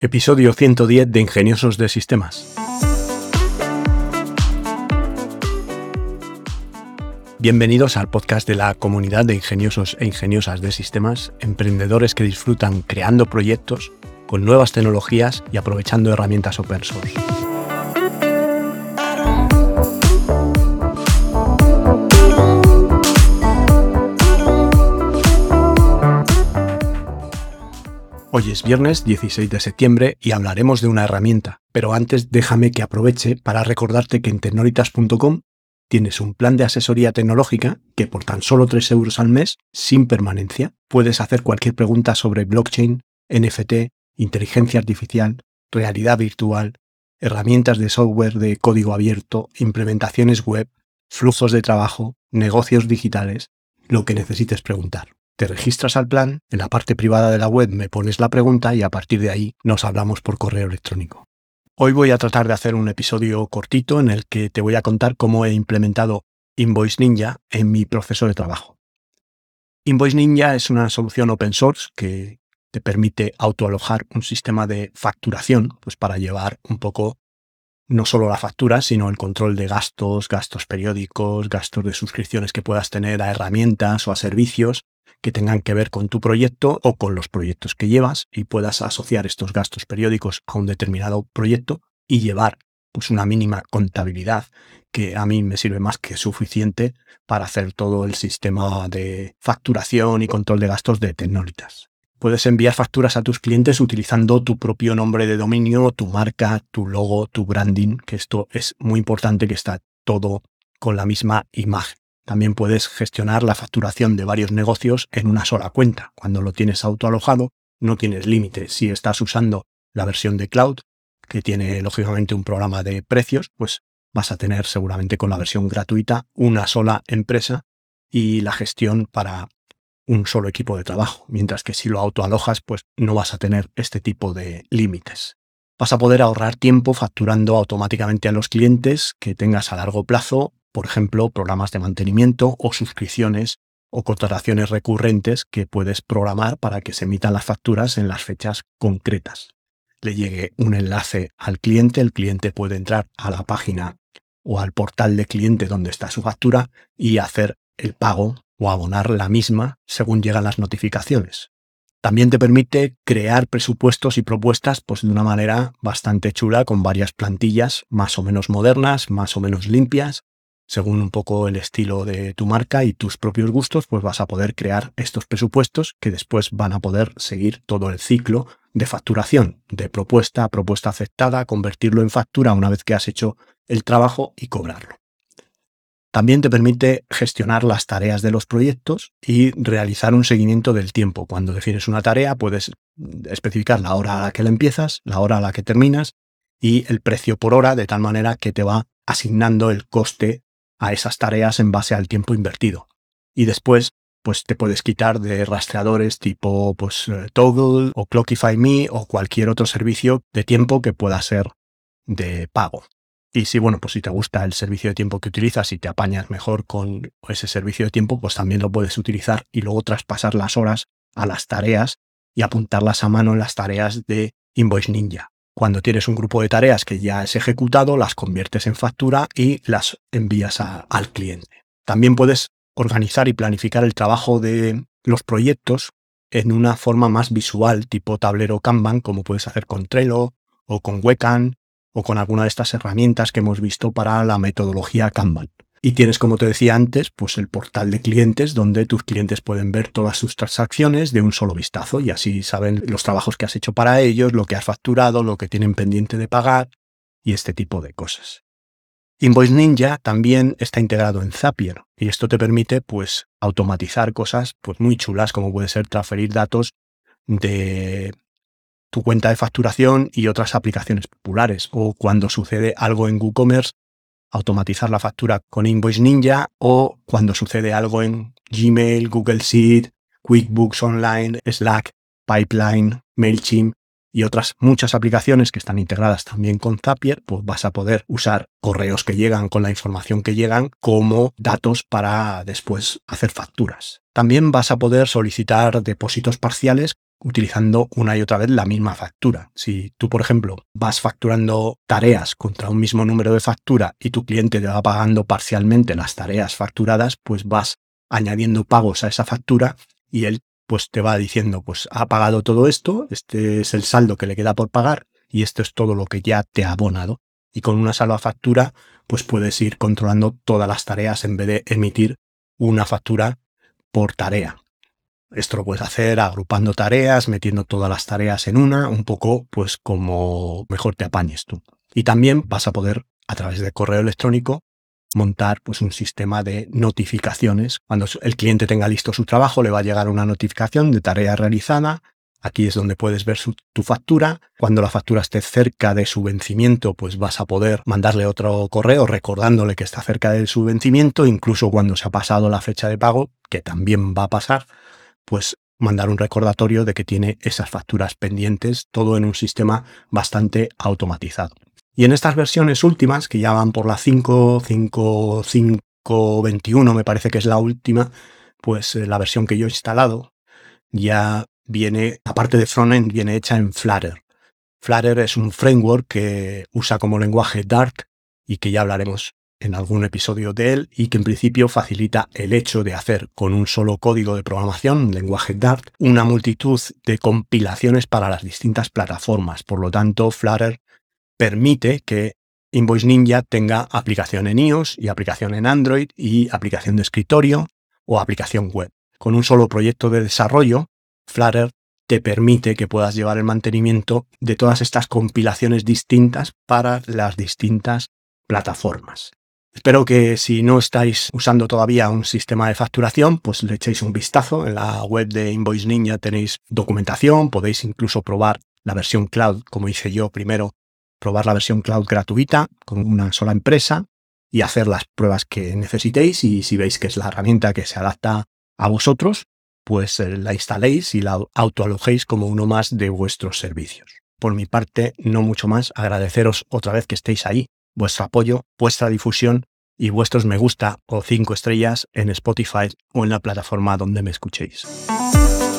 Episodio 110 de Ingeniosos de Sistemas. Bienvenidos al podcast de la comunidad de ingeniosos e ingeniosas de sistemas, emprendedores que disfrutan creando proyectos con nuevas tecnologías y aprovechando herramientas open source. Hoy es viernes 16 de septiembre y hablaremos de una herramienta, pero antes déjame que aproveche para recordarte que en tecnolitas.com tienes un plan de asesoría tecnológica que por tan solo 3 euros al mes, sin permanencia, puedes hacer cualquier pregunta sobre blockchain, NFT, inteligencia artificial, realidad virtual, herramientas de software de código abierto, implementaciones web, flujos de trabajo, negocios digitales, lo que necesites preguntar. Te registras al plan, en la parte privada de la web me pones la pregunta y a partir de ahí nos hablamos por correo electrónico. Hoy voy a tratar de hacer un episodio cortito en el que te voy a contar cómo he implementado Invoice Ninja en mi proceso de trabajo. Invoice Ninja es una solución open source que te permite autoalojar un sistema de facturación, pues para llevar un poco no solo la factura, sino el control de gastos periódicos, gastos de suscripciones que puedas tener a herramientas o a servicios que tengan que ver con tu proyecto o con los proyectos que llevas y puedas asociar estos gastos periódicos a un determinado proyecto y llevar pues una mínima contabilidad que a mí me sirve más que suficiente para hacer todo el sistema de facturación y control de gastos de Tecnolitas. Puedes enviar facturas a tus clientes utilizando tu propio nombre de dominio, tu marca, tu logo, tu branding, que esto es muy importante que está todo con la misma imagen. También puedes gestionar la facturación de varios negocios en una sola cuenta. Cuando lo tienes autoalojado, no tienes límite. Si estás usando la versión de cloud, que tiene lógicamente un programa de precios, pues vas a tener seguramente con la versión gratuita una sola empresa y la gestión para un solo equipo de trabajo. Mientras que si lo autoalojas, pues no vas a tener este tipo de límites. Vas a poder ahorrar tiempo facturando automáticamente a los clientes que tengas a largo plazo, por ejemplo, programas de mantenimiento o suscripciones o contrataciones recurrentes que puedes programar para que se emitan las facturas en las fechas concretas. Le llegue un enlace al cliente, el cliente puede entrar a la página o al portal de cliente donde está su factura y hacer el pago o abonar la misma según llegan las notificaciones. También te permite crear presupuestos y propuestas pues, de una manera bastante chula con varias plantillas más o menos modernas, más o menos limpias. Según un poco el estilo de tu marca y tus propios gustos, pues vas a poder crear estos presupuestos que después van a poder seguir todo el ciclo de facturación, de propuesta a propuesta aceptada, convertirlo en factura una vez que has hecho el trabajo y cobrarlo. También te permite gestionar las tareas de los proyectos y realizar un seguimiento del tiempo. Cuando defines una tarea, puedes especificar la hora a la que la empiezas, la hora a la que terminas y el precio por hora, de tal manera que te va asignando el coste a esas tareas en base al tiempo invertido. Y después, pues te puedes quitar de rastreadores tipo Toggle o Clockify Me o cualquier otro servicio de tiempo que pueda ser de pago. Y si te gusta el servicio de tiempo que utilizas y te apañas mejor con ese servicio de tiempo, pues también lo puedes utilizar y luego traspasar las horas a las tareas y apuntarlas a mano en las tareas de Invoice Ninja. Cuando tienes un grupo de tareas que ya es ejecutado, las conviertes en factura y las envías al cliente. También puedes organizar y planificar el trabajo de los proyectos en una forma más visual, tipo tablero Kanban, como puedes hacer con Trello o con Webcam o con alguna de estas herramientas que hemos visto para la metodología Kanban. Y tienes, como te decía antes, pues el portal de clientes donde tus clientes pueden ver todas sus transacciones de un solo vistazo y así saben los trabajos que has hecho para ellos, lo que has facturado, lo que tienen pendiente de pagar y este tipo de cosas. Invoice Ninja también está integrado en Zapier y esto te permite pues automatizar cosas pues muy chulas como puede ser transferir datos de tu cuenta de facturación y otras aplicaciones populares o cuando sucede algo en WooCommerce automatizar la factura con Invoice Ninja o cuando sucede algo en Gmail, Google Sheet, QuickBooks Online, Slack, Pipeline, MailChimp y otras muchas aplicaciones que están integradas también con Zapier, pues vas a poder usar correos que llegan con la información que llegan como datos para después hacer facturas. También vas a poder solicitar depósitos parciales utilizando una y otra vez la misma factura. Si tú, por ejemplo, vas facturando tareas contra un mismo número de factura y tu cliente te va pagando parcialmente las tareas facturadas, pues vas añadiendo pagos a esa factura y él pues te va diciendo, pues ha pagado todo esto, este es el saldo que le queda por pagar y esto es todo lo que ya te ha abonado. Y con una sola factura, pues puedes ir controlando todas las tareas en vez de emitir una factura por tarea. Esto lo puedes hacer agrupando tareas, metiendo todas las tareas en una, un poco pues como mejor te apañes tú. Y también vas a poder, a través de correo electrónico, montar pues un sistema de notificaciones. Cuando el cliente tenga listo su trabajo, le va a llegar una notificación de tarea realizada. Aquí es donde puedes ver tu factura. Cuando la factura esté cerca de su vencimiento, pues vas a poder mandarle otro correo recordándole que está cerca de su vencimiento. Incluso cuando se ha pasado la fecha de pago, que también va a pasar, pues mandar un recordatorio de que tiene esas facturas pendientes, todo en un sistema bastante automatizado. Y en estas versiones últimas, que ya van por la 5.5.5.21, me parece que es la última, pues la versión que yo he instalado ya viene, aparte de frontend, viene hecha en Flutter. Flutter es un framework que usa como lenguaje Dart y que ya hablaremos en algún episodio de él, y que en principio facilita el hecho de hacer con un solo código de programación, lenguaje Dart, una multitud de compilaciones para las distintas plataformas. Por lo tanto, Flutter permite que Invoice Ninja tenga aplicación en iOS y aplicación en Android y aplicación de escritorio o aplicación web. Con un solo proyecto de desarrollo, Flutter te permite que puedas llevar el mantenimiento de todas estas compilaciones distintas para las distintas plataformas. Espero que si no estáis usando todavía un sistema de facturación, pues le echéis un vistazo. En la web de Invoice Ninja tenéis documentación, podéis incluso probar la versión cloud, como hice yo primero, probar la versión cloud gratuita con una sola empresa y hacer las pruebas que necesitéis, y si veis que es la herramienta que se adapta a vosotros, pues la instaléis y la autoalojéis como uno más de vuestros servicios. Por mi parte, no mucho más. Agradeceros otra vez que estéis ahí, vuestro apoyo, vuestra difusión y vuestros me gusta o 5 estrellas en Spotify o en la plataforma donde me escuchéis.